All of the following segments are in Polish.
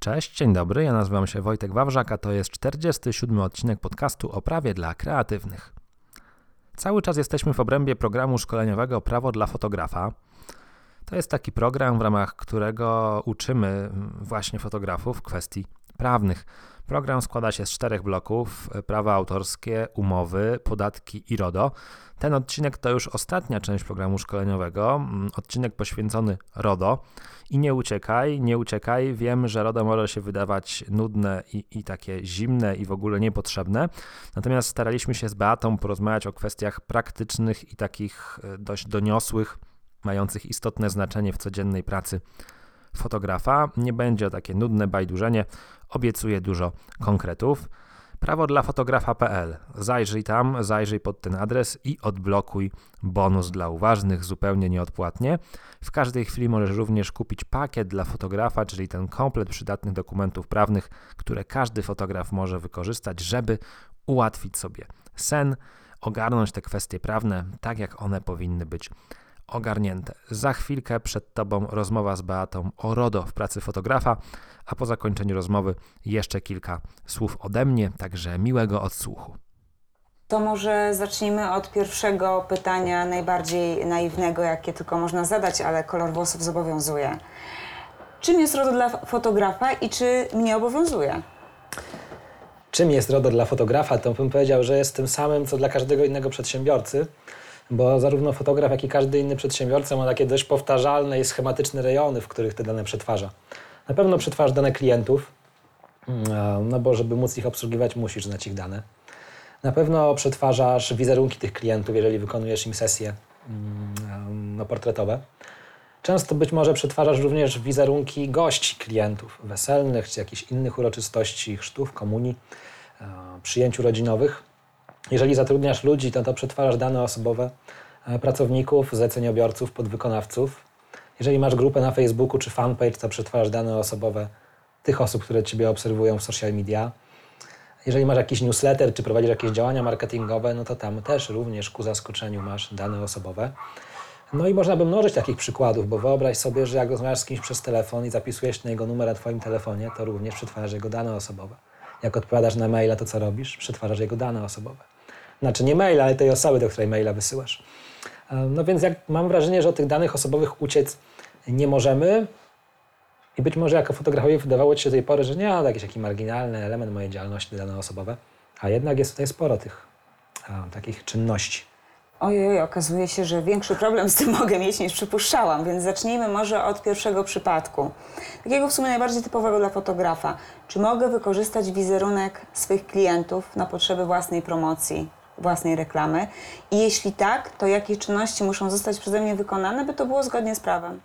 Cześć, dzień dobry, ja nazywam się Wojtek Wawrzak, a to jest 47. odcinek podcastu o prawie dla kreatywnych. Cały czas jesteśmy w obrębie programu szkoleniowego Prawo dla fotografa. To jest taki program, w ramach którego uczymy właśnie fotografów kwestii prawnych. Program składa się z 4 bloków: prawa autorskie, umowy, podatki i RODO. Ten odcinek to już ostatnia część programu szkoleniowego, odcinek poświęcony RODO. I nie uciekaj, wiem, że RODO może się wydawać nudne i takie zimne i w ogóle niepotrzebne, natomiast staraliśmy się z Beatą porozmawiać o kwestiach praktycznych i takich dość doniosłych, mających istotne znaczenie w codziennej pracy fotografa. Nie będzie takie nudne bajdurzenie, obiecuję dużo konkretów. Prawodlafotografa.pl. Zajrzyj pod ten adres i odblokuj bonus dla uważnych zupełnie nieodpłatnie. W każdej chwili możesz również kupić pakiet dla fotografa, czyli ten komplet przydatnych dokumentów prawnych, które każdy fotograf może wykorzystać, żeby ułatwić sobie sen, ogarnąć te kwestie prawne tak, jak one powinny być ogarnięte. Za chwilkę przed Tobą rozmowa z Beatą o RODO w pracy fotografa, a po zakończeniu rozmowy jeszcze kilka słów ode mnie, także miłego odsłuchu. To może zacznijmy od pierwszego pytania, najbardziej naiwnego, jakie tylko można zadać, ale kolor włosów zobowiązuje. Czym jest RODO dla fotografa i czy mnie obowiązuje? Czym jest RODO dla fotografa? To bym powiedział, że jest tym samym, co dla każdego innego przedsiębiorcy, bo zarówno fotograf, jak i każdy inny przedsiębiorca ma takie dość powtarzalne i schematyczne rejony, w których te dane przetwarza. Na pewno przetwarzasz dane klientów, no bo żeby móc ich obsługiwać, musisz znać ich dane. Na pewno przetwarzasz wizerunki tych klientów, jeżeli wykonujesz im sesje portretowe. Często być może przetwarzasz również wizerunki gości klientów, weselnych czy jakichś innych uroczystości, chrztów, komunii, przyjęć urodzinowych. Jeżeli zatrudniasz ludzi, to przetwarzasz dane osobowe pracowników, zleceniobiorców, podwykonawców. Jeżeli masz grupę na Facebooku czy fanpage, to przetwarzasz dane osobowe tych osób, które Ciebie obserwują w social media. Jeżeli masz jakiś newsletter czy prowadzisz jakieś działania marketingowe, no to tam też również ku zaskoczeniu masz dane osobowe. No i można by mnożyć takich przykładów, bo wyobraź sobie, że jak rozmawiasz z kimś przez telefon i zapisujesz na jego numer na Twoim telefonie, to również przetwarzasz jego dane osobowe. Jak odpowiadasz na maila, to co robisz? Przetwarzasz jego dane osobowe. Znaczy nie maila, ale tej osoby, do której maila wysyłasz. No więc mam wrażenie, że od tych danych osobowych uciec nie możemy i być może jako fotografowi wydawało Ci się do tej pory, że nie, to jakiś taki marginalny element mojej działalności, dane osobowe, a jednak jest tutaj sporo tych takich czynności. Ojej, okazuje się, że większy problem z tym mogę mieć niż przypuszczałam, więc zacznijmy może od pierwszego przypadku. Takiego w sumie najbardziej typowego dla fotografa. Czy mogę wykorzystać wizerunek swych klientów na potrzeby własnej promocji, własnej reklamy? I jeśli tak, to jakie czynności muszą zostać przeze mnie wykonane, by to było zgodnie z prawem?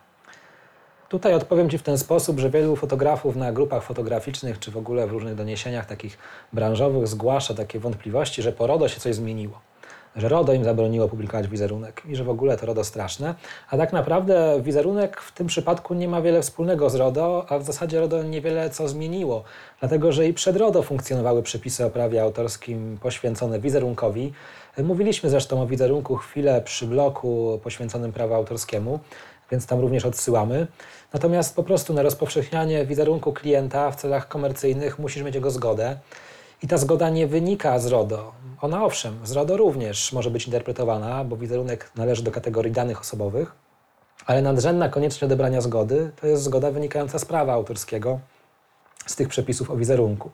Tutaj odpowiem Ci w ten sposób, że wielu fotografów na grupach fotograficznych, czy w ogóle w różnych doniesieniach takich branżowych zgłasza takie wątpliwości, że po RODO się coś zmieniło. Że RODO im zabroniło publikować wizerunek i że w ogóle to RODO straszne. A tak naprawdę wizerunek w tym przypadku nie ma wiele wspólnego z RODO, a w zasadzie RODO niewiele co zmieniło. Dlatego, że i przed RODO funkcjonowały przepisy o prawie autorskim poświęcone wizerunkowi. Mówiliśmy zresztą o wizerunku chwilę przy bloku poświęconym prawu autorskiemu, więc tam również odsyłamy. Natomiast po prostu na rozpowszechnianie wizerunku klienta w celach komercyjnych musisz mieć jego zgodę. I ta zgoda nie wynika z RODO. Ona owszem, z RODO również może być interpretowana, bo wizerunek należy do kategorii danych osobowych, ale nadrzędna konieczność odebrania zgody to jest zgoda wynikająca z prawa autorskiego, z tych przepisów o wizerunku.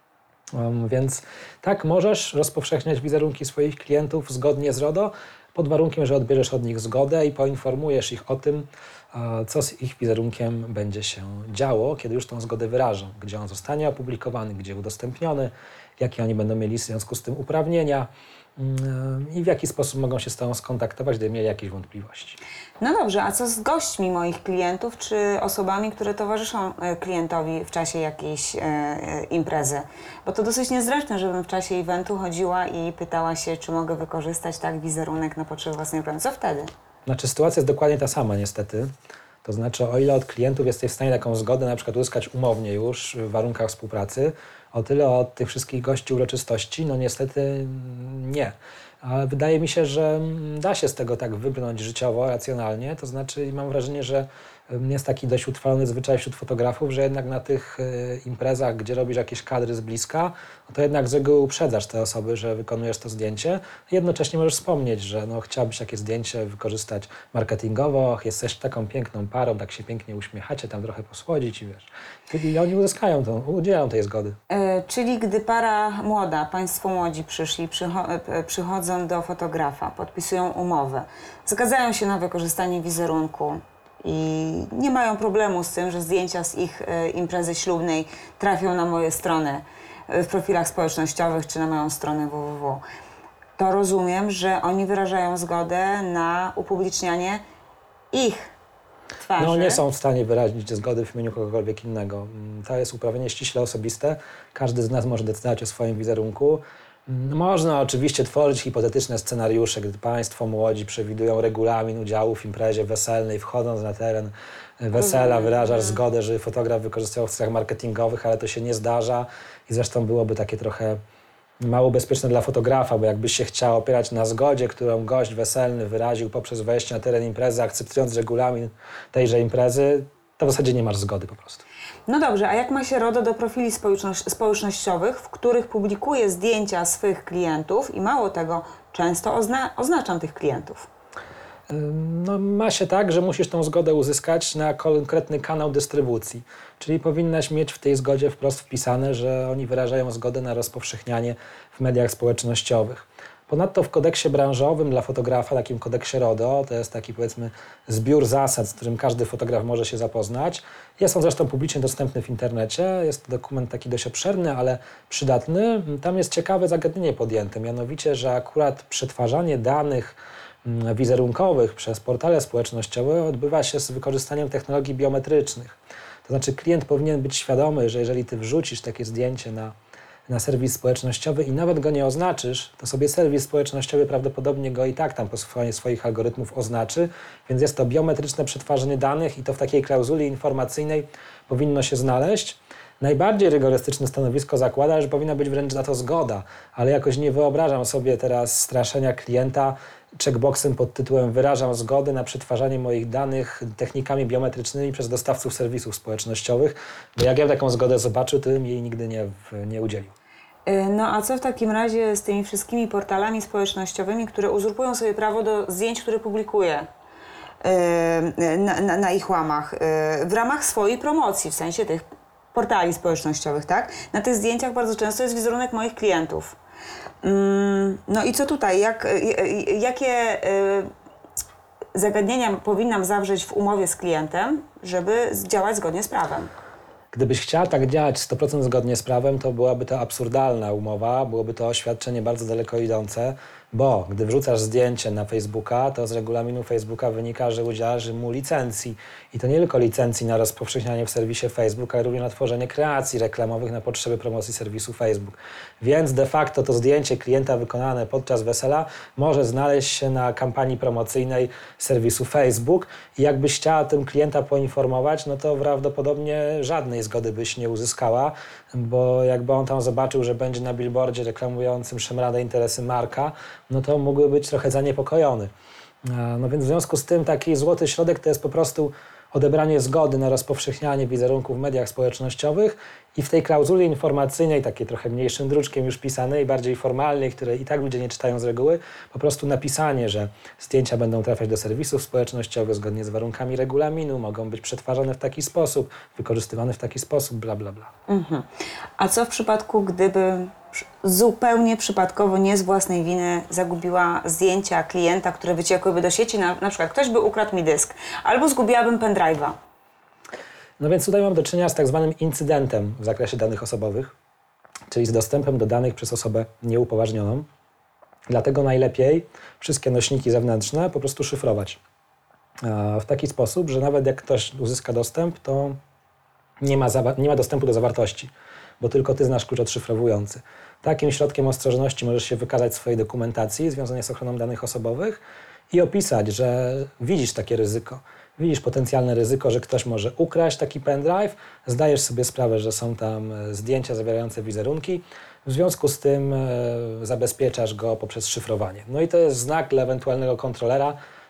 Więc tak, możesz rozpowszechniać wizerunki swoich klientów zgodnie z RODO, pod warunkiem, że odbierzesz od nich zgodę i poinformujesz ich o tym, co z ich wizerunkiem będzie się działo, kiedy już tą zgodę wyrażą, gdzie on zostanie opublikowany, gdzie udostępniony, jakie oni będą mieli w związku z tym uprawnienia i w jaki sposób mogą się z Tobą skontaktować, gdyby mieli jakieś wątpliwości. No dobrze, a co z gośćmi moich klientów, czy osobami, które towarzyszą klientowi w czasie jakiejś imprezy? Bo to dosyć niezręczne, żebym w czasie eventu chodziła i pytała się, czy mogę wykorzystać wizerunek na potrzeby własnej reklamy. Co wtedy? Znaczy sytuacja jest dokładnie ta sama niestety. To znaczy, o ile od klientów jesteś w stanie taką zgodę na przykład uzyskać umownie już w warunkach współpracy, o tyle od tych wszystkich gości uroczystości, no niestety nie. Ale wydaje mi się, że da się z tego tak wybrnąć życiowo, racjonalnie. To znaczy mam wrażenie, że Jest taki dość utrwalony zwyczaj wśród fotografów, że jednak na tych imprezach, gdzie robisz jakieś kadry z bliska, to jednak z reguły uprzedzasz te osoby, że wykonujesz to zdjęcie. Jednocześnie możesz wspomnieć, że chciałabyś takie zdjęcie wykorzystać marketingowo, jesteś taką piękną parą, tak się pięknie uśmiechacie, tam trochę posłodzić i wiesz. I oni udzielają tej zgody. Czyli gdy para młoda, państwo młodzi przychodzą do fotografa, podpisują umowę, zgadzają się na wykorzystanie wizerunku i nie mają problemu z tym, że zdjęcia z ich imprezy ślubnej trafią na moje strony w profilach społecznościowych czy na moją stronę www. To rozumiem, że oni wyrażają zgodę na upublicznianie ich twarzy. Nie są w stanie wyrazić zgody w imieniu kogokolwiek innego. To jest uprawnienie ściśle osobiste. Każdy z nas może decydować o swoim wizerunku. Można oczywiście tworzyć hipotetyczne scenariusze, gdy państwo młodzi przewidują regulamin udziału w imprezie weselnej, wchodząc na teren wesela, wyrażasz zgodę, żeby fotograf wykorzystywał w celach marketingowych, ale to się nie zdarza i zresztą byłoby takie trochę mało bezpieczne dla fotografa, bo jakbyś się chciał opierać na zgodzie, którą gość weselny wyraził poprzez wejście na teren imprezy, akceptując regulamin tejże imprezy, to w zasadzie nie masz zgody po prostu. No dobrze, a jak ma się RODO do profili społecznościowych, w których publikuję zdjęcia swych klientów i mało tego, często oznaczam tych klientów? Ma się tak, że musisz tą zgodę uzyskać na konkretny kanał dystrybucji. Czyli powinnaś mieć w tej zgodzie wprost wpisane, że oni wyrażają zgodę na rozpowszechnianie w mediach społecznościowych. Ponadto w kodeksie branżowym dla fotografa, takim kodeksie RODO, to jest taki powiedzmy zbiór zasad, z którym każdy fotograf może się zapoznać. Jest on zresztą publicznie dostępny w internecie. Jest to dokument taki dość obszerny, ale przydatny. Tam jest ciekawe zagadnienie podjęte, mianowicie, że akurat przetwarzanie danych wizerunkowych przez portale społecznościowe odbywa się z wykorzystaniem technologii biometrycznych. To znaczy klient powinien być świadomy, że jeżeli ty wrzucisz takie zdjęcie na serwis społecznościowy i nawet go nie oznaczysz, to sobie serwis społecznościowy prawdopodobnie go i tak tam po swoich algorytmów oznaczy, więc jest to biometryczne przetwarzanie danych i to w takiej klauzuli informacyjnej powinno się znaleźć. Najbardziej rygorystyczne stanowisko zakłada, że powinna być wręcz na to zgoda, ale jakoś nie wyobrażam sobie teraz straszenia klienta checkboxem pod tytułem wyrażam zgodę na przetwarzanie moich danych technikami biometrycznymi przez dostawców serwisów społecznościowych, bo jak ja taką zgodę zobaczył, to bym jej nigdy nie udzielił. No a co w takim razie z tymi wszystkimi portalami społecznościowymi, które uzurpują sobie prawo do zdjęć, które publikuję na ich łamach w ramach swojej promocji, w sensie tych portali społecznościowych, tak? Na tych zdjęciach bardzo często jest wizerunek moich klientów. No i co tutaj? Jakie zagadnienia powinnam zawrzeć w umowie z klientem, żeby działać zgodnie z prawem? Gdybyś chciała tak działać 100% zgodnie z prawem, to byłaby to absurdalna umowa, byłoby to oświadczenie bardzo daleko idące, bo gdy wrzucasz zdjęcie na Facebooka, to z regulaminu Facebooka wynika, że udzielasz mu licencji. I to nie tylko licencji na rozpowszechnianie w serwisie Facebook, ale również na tworzenie kreacji reklamowych na potrzeby promocji serwisu Facebook. Więc de facto to zdjęcie klienta wykonane podczas wesela może znaleźć się na kampanii promocyjnej serwisu Facebook i jakbyś chciała tym klienta poinformować, no to prawdopodobnie żadnej zgody byś nie uzyskała, bo jakby on tam zobaczył, że będzie na billboardzie reklamującym szemrane interesy marka, no to mógłby być trochę zaniepokojony. No więc w związku z tym taki złoty środek to jest po prostu odebranie zgody na rozpowszechnianie wizerunku w mediach społecznościowych i w tej klauzuli informacyjnej, takiej trochę mniejszym druczkiem już pisanej, bardziej formalnej, której i tak ludzie nie czytają z reguły, po prostu napisanie, że zdjęcia będą trafiać do serwisów społecznościowych zgodnie z warunkami regulaminu, mogą być przetwarzane w taki sposób, wykorzystywane w taki sposób, bla, bla, bla. A co w przypadku, gdyby zupełnie przypadkowo, nie z własnej winy zagubiła zdjęcia klienta, które wyciekłyby do sieci, na przykład ktoś by ukradł mi dysk, albo zgubiłabym pendrive'a? No więc tutaj mam do czynienia z tak zwanym incydentem w zakresie danych osobowych, czyli z dostępem do danych przez osobę nieupoważnioną. Dlatego najlepiej wszystkie nośniki zewnętrzne po prostu szyfrować w taki sposób, że nawet jak ktoś uzyska dostęp, to nie ma dostępu do zawartości, bo tylko ty znasz klucz odszyfrowujący. Takim środkiem ostrożności możesz się wykazać w swojej dokumentacji związanej z ochroną danych osobowych i opisać, że widzisz takie ryzyko. Widzisz potencjalne ryzyko, że ktoś może ukraść taki pendrive, zdajesz sobie sprawę, że są tam zdjęcia zawierające wizerunki, w związku z tym zabezpieczasz go poprzez szyfrowanie. No i to jest znak dla ewentualnego kontrolera,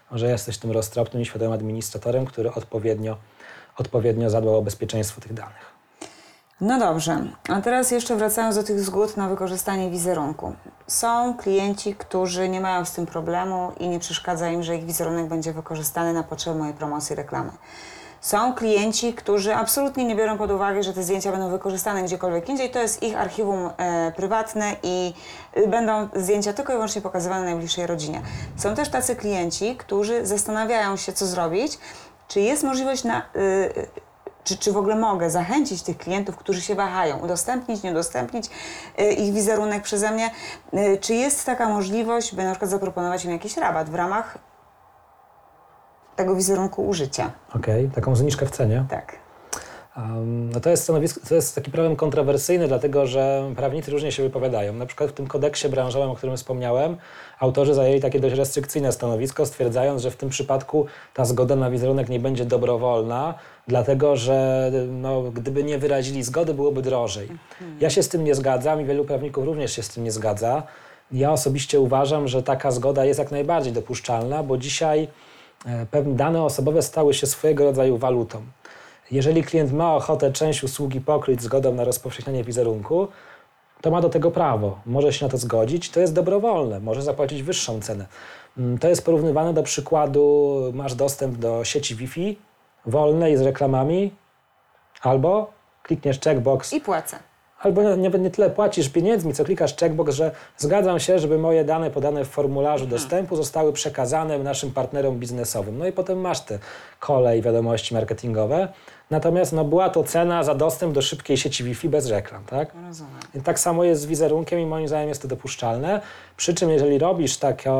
że jesteś tym roztropnym i świadomym administratorem, który odpowiednio zadbał o bezpieczeństwo tych danych. No dobrze, a teraz jeszcze wracając do tych zgód na wykorzystanie wizerunku. Są klienci, którzy nie mają z tym problemu i nie przeszkadza im, że ich wizerunek będzie wykorzystany na potrzeby mojej promocji, reklamy. Są klienci, którzy absolutnie nie biorą pod uwagę, że te zdjęcia będą wykorzystane gdziekolwiek indziej. To jest ich archiwum prywatne i będą zdjęcia tylko i wyłącznie pokazywane najbliższej rodzinie. Są też tacy klienci, którzy zastanawiają się, co zrobić. Czy jest możliwość czy w ogóle mogę zachęcić tych klientów, którzy się wahają, udostępnić, nie udostępnić ich wizerunek przeze mnie? Czy jest taka możliwość, by na przykład zaproponować im jakiś rabat w ramach tego wizerunku użycia? Okej, taką zniżkę w cenie. Tak. No to jest taki problem kontrowersyjny, dlatego że prawnicy różnie się wypowiadają. Na przykład w tym kodeksie branżowym, o którym wspomniałem, autorzy zajęli takie dość restrykcyjne stanowisko, stwierdzając, że w tym przypadku ta zgoda na wizerunek nie będzie dobrowolna, dlatego że gdyby nie wyrazili zgody, byłoby drożej. Ja się z tym nie zgadzam i wielu prawników również się z tym nie zgadza. Ja osobiście uważam, że taka zgoda jest jak najbardziej dopuszczalna, bo dzisiaj pewne dane osobowe stały się swojego rodzaju walutą. Jeżeli klient ma ochotę część usługi pokryć zgodą na rozpowszechnianie wizerunku, to ma do tego prawo. Może się na to zgodzić, to jest dobrowolne, może zapłacić wyższą cenę. To jest porównywane do przykładu, masz dostęp do sieci Wi-Fi wolnej z reklamami, albo klikniesz checkbox. I płacę. Albo nie tyle płacisz pieniędzmi, co klikasz checkbox, że zgadzam się, żeby moje dane podane w formularzu dostępu zostały przekazane naszym partnerom biznesowym. No i potem masz te call i wiadomości marketingowe. Natomiast była to cena za dostęp do szybkiej sieci Wi-Fi bez reklam, tak? Rozumiem. I tak samo jest z wizerunkiem i moim zdaniem jest to dopuszczalne. Przy czym jeżeli robisz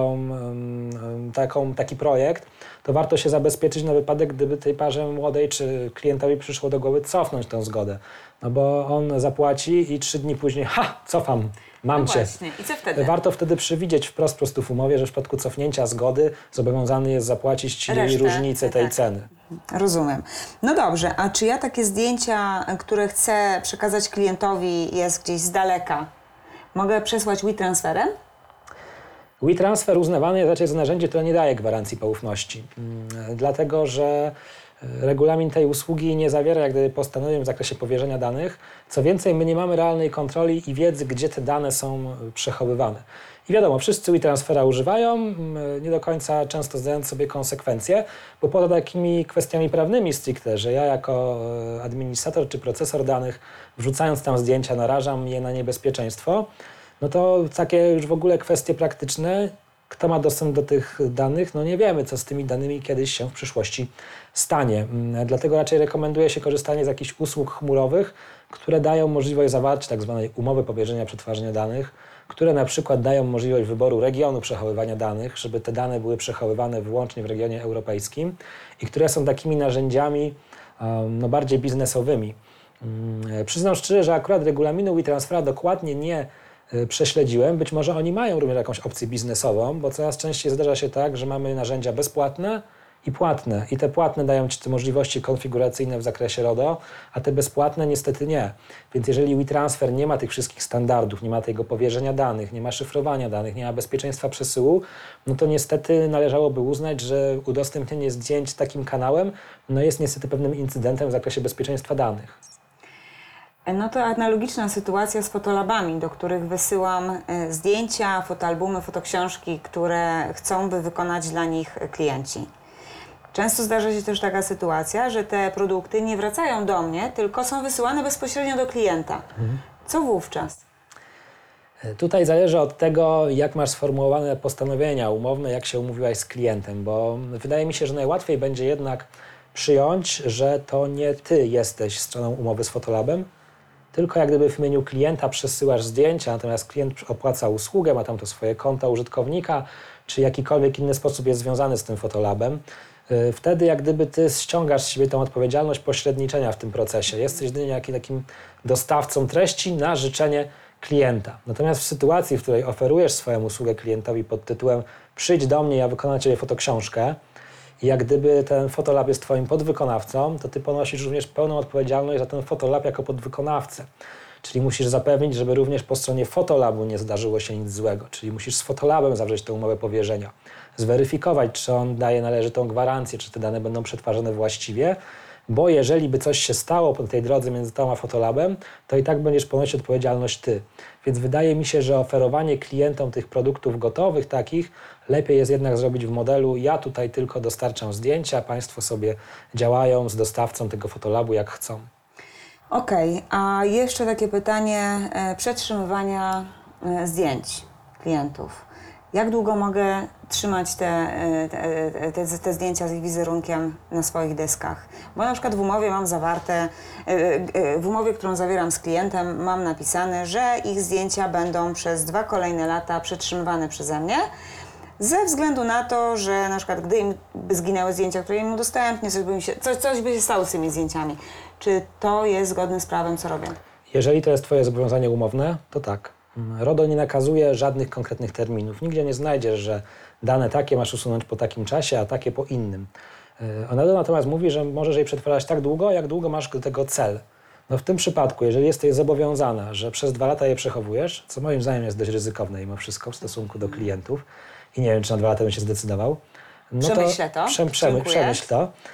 taki projekt, to warto się zabezpieczyć na wypadek, gdyby tej parze młodej czy klientowi przyszło do głowy cofnąć tę zgodę. No bo on zapłaci i 3 dni później, cofam, mam cię. Właśnie. I co wtedy? Warto wtedy przewidzieć wprost po prostu w umowie, że w przypadku cofnięcia zgody zobowiązany jest zapłacić ci Resztę, różnicę tej ceny. Rozumiem. No dobrze, a czy ja takie zdjęcia, które chcę przekazać klientowi, jest gdzieś z daleka, mogę przesłać WeTransferem? WeTransfer uznawany jest raczej za narzędzie, które nie daje gwarancji poufności. Dlatego, że regulamin tej usługi nie zawiera jak gdyby postanowień w zakresie powierzenia danych. Co więcej, my nie mamy realnej kontroli i wiedzy, gdzie te dane są przechowywane. I wiadomo, wszyscy WeTransfera używają, nie do końca często zdając sobie konsekwencje, bo poza takimi kwestiami prawnymi stricte, że ja jako administrator czy procesor danych, wrzucając tam zdjęcia, narażam je na niebezpieczeństwo, no to takie już w ogóle kwestie praktyczne, kto ma dostęp do tych danych, no nie wiemy, co z tymi danymi kiedyś się w przyszłości stanie. Dlatego raczej rekomenduje się korzystanie z jakichś usług chmurowych, które dają możliwość zawarcia tak zwanej umowy powierzenia przetwarzania danych, które na przykład dają możliwość wyboru regionu przechowywania danych, żeby te dane były przechowywane wyłącznie w regionie europejskim i które są takimi narzędziami bardziej biznesowymi. Przyznam szczerze, że akurat regulaminu WeTransfera dokładnie nie prześledziłem. Być może oni mają również jakąś opcję biznesową, bo coraz częściej zdarza się tak, że mamy narzędzia bezpłatne i płatne. I te płatne dają ci te możliwości konfiguracyjne w zakresie RODO, a te bezpłatne niestety nie. Więc jeżeli WeTransfer nie ma tych wszystkich standardów, nie ma tego powierzenia danych, nie ma szyfrowania danych, nie ma bezpieczeństwa przesyłu, no to niestety należałoby uznać, że udostępnienie zdjęć takim kanałem jest niestety pewnym incydentem w zakresie bezpieczeństwa danych. No to analogiczna sytuacja z fotolabami, do których wysyłam zdjęcia, fotoalbumy, fotoksiążki, które chcą, by wykonać dla nich klienci. Często zdarza się też taka sytuacja, że te produkty nie wracają do mnie, tylko są wysyłane bezpośrednio do klienta. Co wówczas? Tutaj zależy od tego, jak masz sformułowane postanowienia umowne, jak się umówiłaś z klientem, bo wydaje mi się, że najłatwiej będzie jednak przyjąć, że to nie ty jesteś stroną umowy z Fotolabem, tylko jak gdyby w imieniu klienta przesyłasz zdjęcia, natomiast klient opłaca usługę, ma tam to swoje konto użytkownika, czy jakikolwiek inny sposób jest związany z tym Fotolabem. Wtedy jak gdyby ty ściągasz z siebie tą odpowiedzialność pośredniczenia w tym procesie. Jesteś jedynie takim dostawcą treści na życzenie klienta. Natomiast w sytuacji, w której oferujesz swoją usługę klientowi pod tytułem przyjdź do mnie, ja wykonam ciebie fotoksiążkę, i jak gdyby ten Fotolab jest twoim podwykonawcą, to ty ponosisz również pełną odpowiedzialność za ten Fotolab jako podwykonawcę. Czyli musisz zapewnić, żeby również po stronie Fotolabu nie zdarzyło się nic złego. Czyli musisz z Fotolabem zawrzeć tę umowę powierzenia. Zweryfikować, czy on daje należytą gwarancję, czy te dane będą przetwarzane właściwie. Bo jeżeli by coś się stało po tej drodze między tą a Fotolabem, to i tak będziesz ponosić odpowiedzialność ty. Więc wydaje mi się, że oferowanie klientom tych produktów gotowych takich lepiej jest jednak zrobić w modelu ja tutaj tylko dostarczam zdjęcia, państwo sobie działają z dostawcą tego Fotolabu jak chcą. Okej, a jeszcze takie pytanie przetrzymywania zdjęć klientów. Jak długo mogę trzymać te zdjęcia z ich wizerunkiem na swoich dyskach? Bo na przykład w umowie mam zawarte, w umowie, którą zawieram z klientem, mam napisane, że ich zdjęcia będą przez 2 kolejne lata przetrzymywane przeze mnie, ze względu na to, że na przykład gdy im by zginęły zdjęcia, które im udostępnię, coś by się stało z tymi zdjęciami. Czy to jest zgodne z prawem, co robię? Jeżeli to jest twoje zobowiązanie umowne, to tak. RODO nie nakazuje żadnych konkretnych terminów. Nigdzie nie znajdziesz, że dane takie masz usunąć po takim czasie, a takie po innym. RODO natomiast mówi, że możesz je przetwarzać tak długo, jak długo masz do tego cel. No w tym przypadku, jeżeli jesteś zobowiązana, że przez 2 lata je przechowujesz, co moim zdaniem jest dość ryzykowne mimo wszystko w stosunku do klientów i nie wiem, czy na 2 lata bym się zdecydował. No Przemyślę to. Przemyśl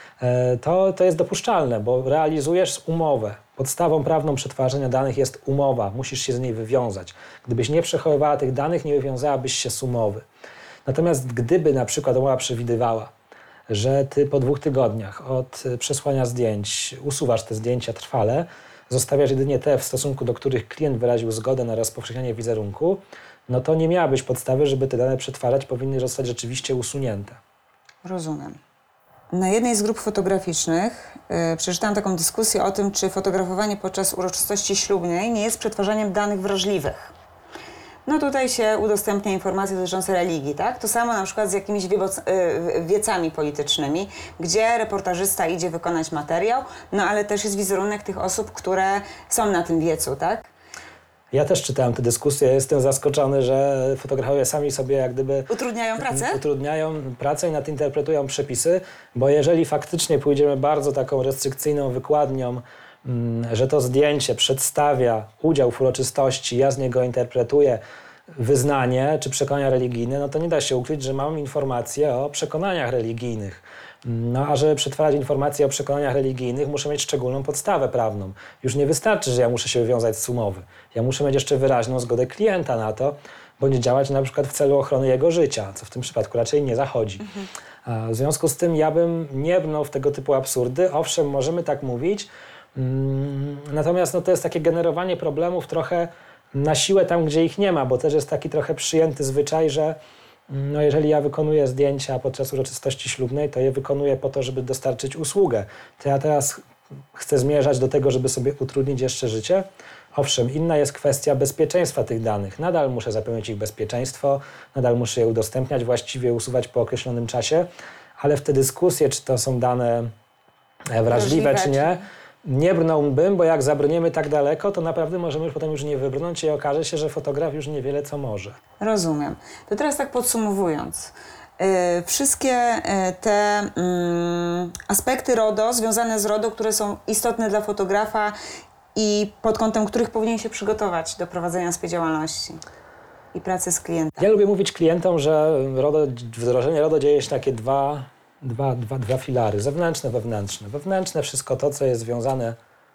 to. To jest dopuszczalne, bo realizujesz umowę. Podstawą prawną przetwarzania danych jest umowa. Musisz się z niej wywiązać. Gdybyś nie przechowywała tych danych, nie wywiązałabyś się z umowy. Natomiast gdyby na przykład umowa przewidywała, że ty po 2 tygodniach od przesłania zdjęć usuwasz te zdjęcia trwale, zostawiasz jedynie te, w stosunku do których klient wyraził zgodę na rozpowszechnianie wizerunku, no to nie miałabyś podstawy, żeby te dane przetwarzać, powinny zostać rzeczywiście usunięte. Rozumiem. Na jednej z grup fotograficznych przeczytałam taką dyskusję o tym, czy fotografowanie podczas uroczystości ślubnej nie jest przetwarzaniem danych wrażliwych. No tutaj się udostępnia informacje dotyczące religii, tak? To samo na przykład z jakimiś wiecami politycznymi, gdzie reportażysta idzie wykonać materiał, no ale też jest wizerunek tych osób, które są na tym wiecu, tak? Ja też czytałem tę dyskusję, jestem zaskoczony, że fotografowie sami sobie jak gdyby Utrudniają pracę? Utrudniają pracę i nadinterpretują przepisy, bo jeżeli faktycznie pójdziemy bardzo taką restrykcyjną wykładnią, że to zdjęcie przedstawia udział w uroczystości, ja z niego interpretuję wyznanie czy przekonania religijne, no to nie da się ukryć, że mam informacje o przekonaniach religijnych. No a żeby przetwarzać informacje o przekonaniach religijnych, muszę mieć szczególną podstawę prawną. Już nie wystarczy, że ja muszę się wywiązać z umowy. Ja muszę mieć jeszcze wyraźną zgodę klienta na to, bądź działać na przykład w celu ochrony jego życia, co w tym przypadku raczej nie zachodzi. W związku z tym ja bym nie brnął w tego typu absurdy. Owszem, możemy tak mówić, natomiast no, to jest takie generowanie problemów trochę na siłę tam, gdzie ich nie ma, bo też jest taki trochę przyjęty zwyczaj, że no jeżeli ja wykonuję zdjęcia podczas uroczystości ślubnej, to je wykonuję po to, żeby dostarczyć usługę. To ja teraz chcę zmierzać do tego, żeby sobie utrudnić jeszcze życie. Owszem, inna jest kwestia bezpieczeństwa tych danych. Nadal muszę zapewnić ich bezpieczeństwo, nadal muszę je udostępniać, właściwie usuwać po określonym czasie, ale w te dyskusje, czy to są dane wrażliwe, czy nie, nie brnąłbym, bo jak zabrniemy tak daleko, to naprawdę możemy potem już nie wybrnąć i okaże się, że fotograf już niewiele co może. Rozumiem. To teraz tak podsumowując. Wszystkie te aspekty RODO, związane z RODO, które są istotne dla fotografa i pod kątem których powinien się przygotować do prowadzenia swojej działalności i pracy z klientem. Ja lubię mówić klientom, że wdrożenie RODO dzieje się takie dwa filary, zewnętrzne, wewnętrzne. Wewnętrzne wszystko to, co jest związane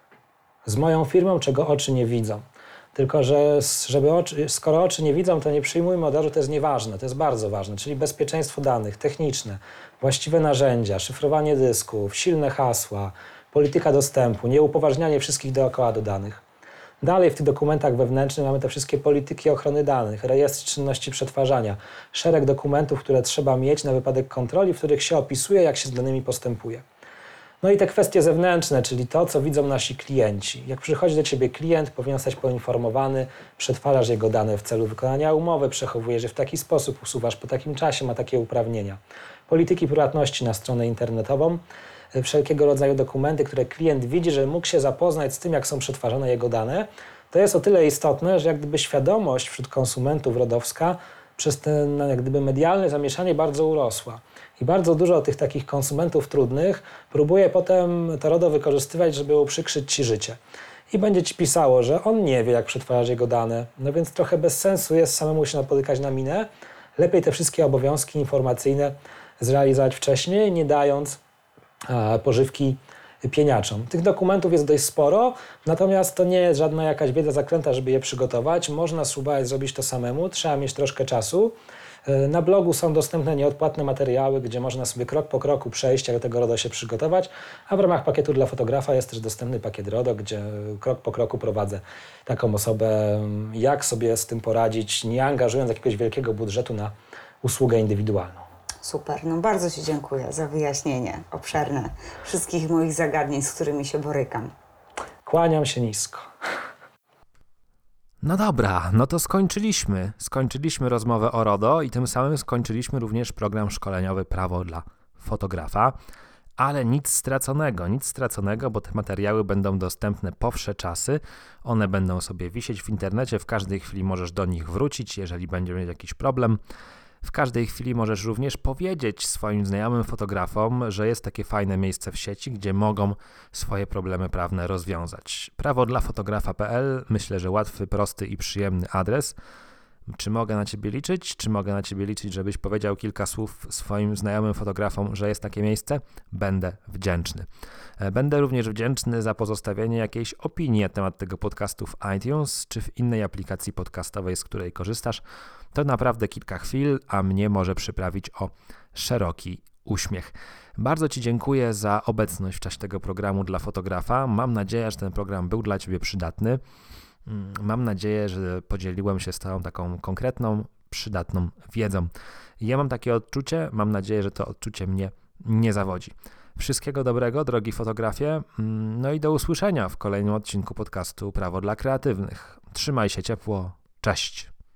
z moją firmą, czego oczy nie widzą. Tylko, że skoro oczy nie widzą, to nie przyjmujmy od razu, to jest nieważne, to jest bardzo ważne, czyli bezpieczeństwo danych, techniczne, właściwe narzędzia, szyfrowanie dysków, silne hasła, polityka dostępu, nieupoważnianie wszystkich dookoła do danych. Dalej w tych dokumentach wewnętrznych mamy te wszystkie polityki ochrony danych, rejestr czynności przetwarzania, szereg dokumentów, które trzeba mieć na wypadek kontroli, w których się opisuje, jak się z danymi postępuje. No i te kwestie zewnętrzne, czyli to, co widzą nasi klienci. Jak przychodzi do ciebie klient, powinien zostać poinformowany, przetwarzasz jego dane w celu wykonania umowy, przechowujesz je w taki sposób, usuwasz po takim czasie, ma takie uprawnienia. Polityki prywatności na stronę internetową, wszelkiego rodzaju dokumenty, które klient widzi, że mógł się zapoznać z tym, jak są przetwarzane jego dane, to jest o tyle istotne, że jak gdyby świadomość wśród konsumentów rodowska przez ten jak gdyby medialne zamieszanie bardzo urosła. I bardzo dużo tych takich konsumentów trudnych próbuje potem to RODO wykorzystywać, żeby uprzykrzyć ci życie. i będzie ci pisało, że on nie wie, jak przetwarzać jego dane. No więc trochę bez sensu jest samemu się napotykać na minę. Lepiej te wszystkie obowiązki informacyjne zrealizować wcześniej, nie dając pożywki pieniaczom. Tych dokumentów jest dość sporo, natomiast to nie jest żadna jakaś wiedza zakręta, żeby je przygotować. Można spróbować zrobić to samemu, trzeba mieć troszkę czasu. Na blogu są dostępne nieodpłatne materiały, gdzie można sobie krok po kroku przejść, jak do tego RODO się przygotować, a w ramach pakietu dla fotografa jest też dostępny pakiet RODO, gdzie krok po kroku prowadzę taką osobę, jak sobie z tym poradzić, nie angażując jakiegoś wielkiego budżetu na usługę indywidualną. Super, no bardzo Ci dziękuję za wyjaśnienie obszerne wszystkich moich zagadnień, z którymi się borykam. Kłaniam się nisko. No dobra, no to skończyliśmy. Skończyliśmy rozmowę o RODO i tym samym skończyliśmy również program szkoleniowy Prawo dla fotografa. Ale nic straconego, bo te materiały będą dostępne po wsze czasy. One będą sobie wisieć w internecie, w każdej chwili możesz do nich wrócić, jeżeli będzie mieć jakiś problem. W każdej chwili możesz również powiedzieć swoim znajomym fotografom, że jest takie fajne miejsce w sieci, gdzie mogą swoje problemy prawne rozwiązać. prawodlafotografa.pl, myślę, że łatwy, prosty i przyjemny adres. Czy mogę na Ciebie liczyć? Czy mogę na Ciebie liczyć, żebyś powiedział kilka słów swoim znajomym fotografom, że jest takie miejsce? Będę wdzięczny. Będę również wdzięczny za pozostawienie jakiejś opinii na temat tego podcastu w iTunes czy w innej aplikacji podcastowej, z której korzystasz. To naprawdę kilka chwil, a mnie może przyprawić o szeroki uśmiech. Bardzo Ci dziękuję za obecność w czasie tego programu dla fotografa. Mam nadzieję, że ten program był dla Ciebie przydatny. Mam nadzieję, że podzieliłem się z Tobą taką konkretną, przydatną wiedzą. Ja mam takie odczucie, mam nadzieję, że to odczucie mnie nie zawodzi. Wszystkiego dobrego, drogi fotografie, no i do usłyszenia w kolejnym odcinku podcastu Prawo dla Kreatywnych. Trzymaj się ciepło, cześć!